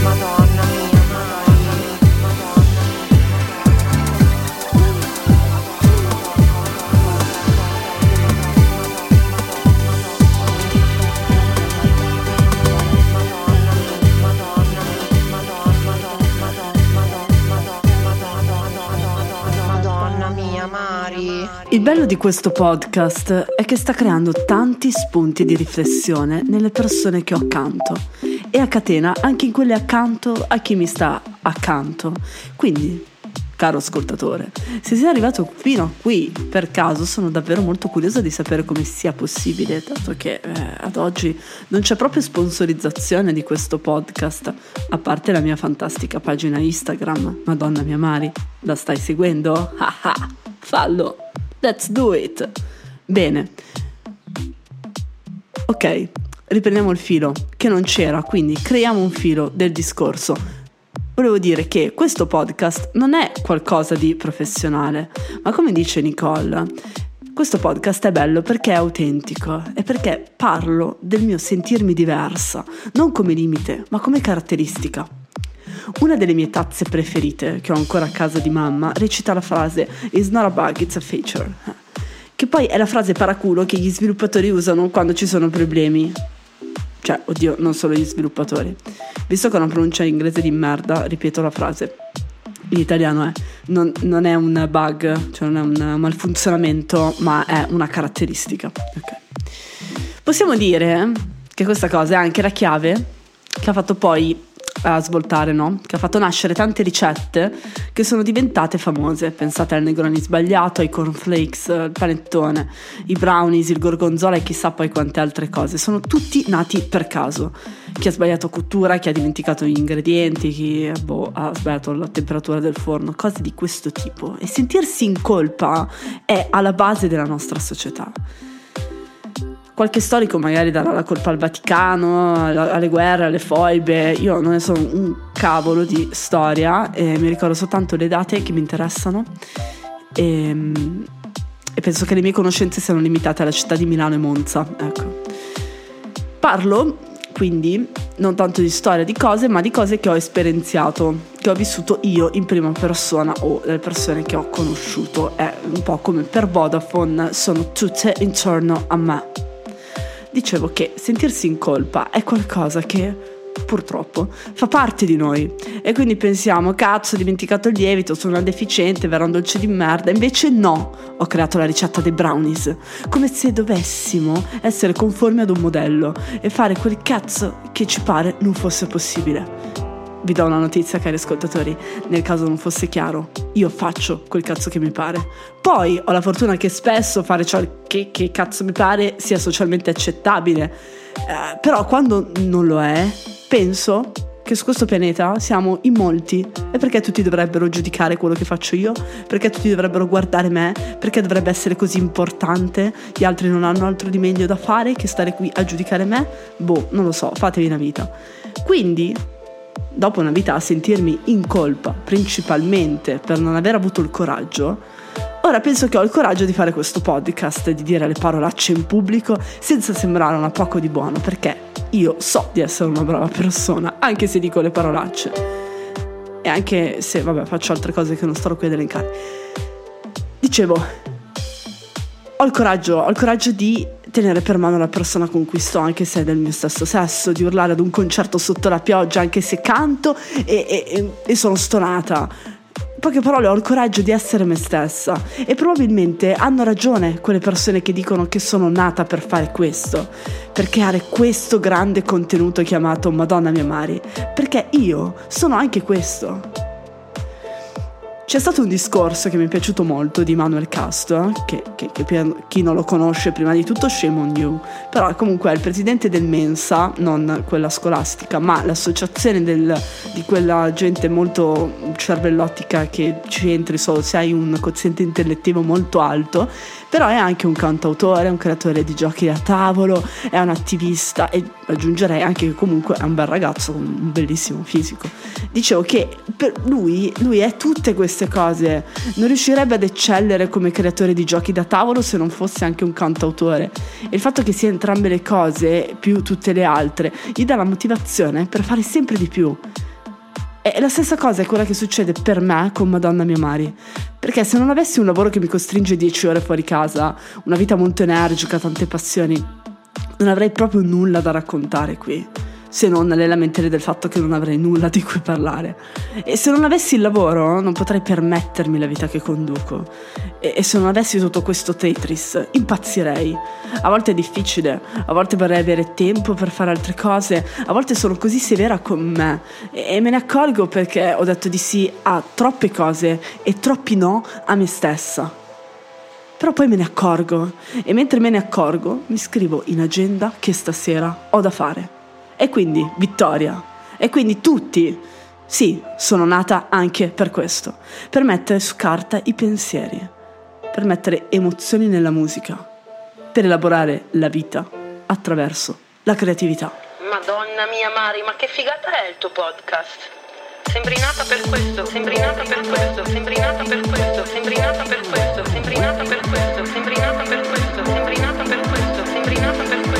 Il bello di questo podcast è che sta creando tanti spunti di riflessione nelle persone che ho accanto e a catena anche in quelle accanto a chi mi sta accanto. Quindi, caro ascoltatore, se sei arrivato fino a qui per caso, sono davvero molto curiosa di sapere come sia possibile, dato che ad oggi non c'è proprio sponsorizzazione di questo podcast, a parte la mia fantastica pagina Instagram. Madonna mia Mari, la stai seguendo? Fallo! Let's do it! Bene. Ok, riprendiamo il filo, che non c'era, quindi creiamo un filo del discorso. Volevo dire che questo podcast non è qualcosa di professionale, ma come dice Nicole, questo podcast è bello perché è autentico e perché parlo del mio sentirmi diversa, non come limite, ma come caratteristica. Una delle mie tazze preferite, che ho ancora a casa di mamma, recita la frase "It's not a bug, it's a feature", che poi è la frase paraculo che gli sviluppatori usano quando ci sono problemi. Cioè, oddio, non solo gli sviluppatori. Visto che ho una pronuncia inglese di merda, ripeto la frase. In italiano è non è un bug, cioè non è un malfunzionamento, ma è una caratteristica. Ok. Possiamo dire che questa cosa è anche la chiave che ha fatto poi a svoltare, no? Che ha fatto nascere tante ricette che sono diventate famose. Pensate al Negroni sbagliato, ai cornflakes, il panettone, i brownies, il gorgonzola e chissà poi quante altre cose. Sono tutti nati per caso. Chi ha sbagliato cottura, chi ha dimenticato gli ingredienti, chi ha sbagliato la temperatura del forno, cose di questo tipo. E sentirsi in colpa è alla base della nostra società. Qualche storico magari darà la colpa al Vaticano, alle guerre, alle foibe. Io non ne so un cavolo di storia e mi ricordo soltanto le date che mi interessano e penso che le mie conoscenze siano limitate alla città di Milano e Monza. Ecco. Parlo quindi non tanto di storia, di cose, ma di cose che ho esperienziato, che ho vissuto io in prima persona o delle persone che ho conosciuto. È un po' come per Vodafone, sono tutte intorno a me. Dicevo che sentirsi in colpa è qualcosa che purtroppo fa parte di noi e quindi pensiamo cazzo, ho dimenticato il lievito, sono una deficiente, verrà un dolce di merda. Invece no, ho creato la ricetta dei brownies, come se dovessimo essere conformi ad un modello e fare quel cazzo che ci pare non fosse possibile. Vi do una notizia, cari ascoltatori, nel caso non fosse chiaro, io faccio quel cazzo che mi pare. Poi ho la fortuna che spesso fare ciò che cazzo mi pare sia socialmente accettabile, però quando non lo è, penso che su questo pianeta siamo in molti. E perché tutti dovrebbero giudicare quello che faccio io? Perché tutti dovrebbero guardare me? Perché dovrebbe essere così importante? Gli altri non hanno altro di meglio da fare che stare qui a giudicare me? Boh, non lo so, fatevi una vita. Quindi dopo una vita a sentirmi in colpa principalmente per non aver avuto il coraggio, ora penso che ho il coraggio di fare questo podcast e di dire le parolacce in pubblico senza sembrare una poco di buono, perché io so di essere una brava persona anche se dico le parolacce e anche se faccio altre cose che non starò qui ad elencare. Dicevo, ho il coraggio di tenere per mano la persona con cui sto, anche se è del mio stesso sesso, di urlare ad un concerto sotto la pioggia anche se canto e sono stonata. Poche parole, ho il coraggio di essere me stessa e probabilmente hanno ragione quelle persone che dicono che sono nata per fare questo, per creare questo grande contenuto chiamato Madonna mia Mari, perché io sono anche questo. C'è stato un discorso che mi è piaciuto molto di Manuel Castro, che per chi non lo conosce, prima di tutto shame on you, però comunque è il presidente del Mensa, non quella scolastica, ma l'associazione di quella gente molto cervellottica che ci entri solo se hai un quoziente intellettivo molto alto, però è anche un cantautore, un creatore di giochi da tavolo, è un attivista e aggiungerei anche che comunque è un bel ragazzo con un bellissimo fisico. Dicevo che per lui è tutte queste cose, non riuscirebbe ad eccellere come creatore di giochi da tavolo se non fosse anche un cantautore, e il fatto che sia entrambe le cose più tutte le altre gli dà la motivazione per fare sempre di più. E la stessa cosa è quella che succede per me con Madonna mia Mari, perché se non avessi un lavoro che mi costringe 10 ore fuori casa, una vita molto energica, tante passioni, non avrei proprio nulla da raccontare qui, se non le lamentele del fatto che non avrei nulla di cui parlare. E se non avessi il lavoro non potrei permettermi la vita che conduco, e se non avessi tutto questo Tetris impazzirei. A volte è difficile, a volte vorrei avere tempo per fare altre cose, a volte sono così severa con me e me ne accorgo perché ho detto di sì a troppe cose e troppi no a me stessa. Però poi me ne accorgo, e mentre me ne accorgo mi scrivo in agenda che stasera ho da fare. E quindi vittoria. E quindi tutti. Sì, sono nata anche per questo. Per mettere su carta i pensieri. Per mettere emozioni nella musica. Per elaborare la vita attraverso la creatività. Madonna mia Mari, ma che figata è il tuo podcast? Sembri nata per questo, sembri nata per questo, sembri nata per questo, sembri nata per questo, sembri nata per questo, sembri nata per questo, sembri nata per questo, sembri nata per questo.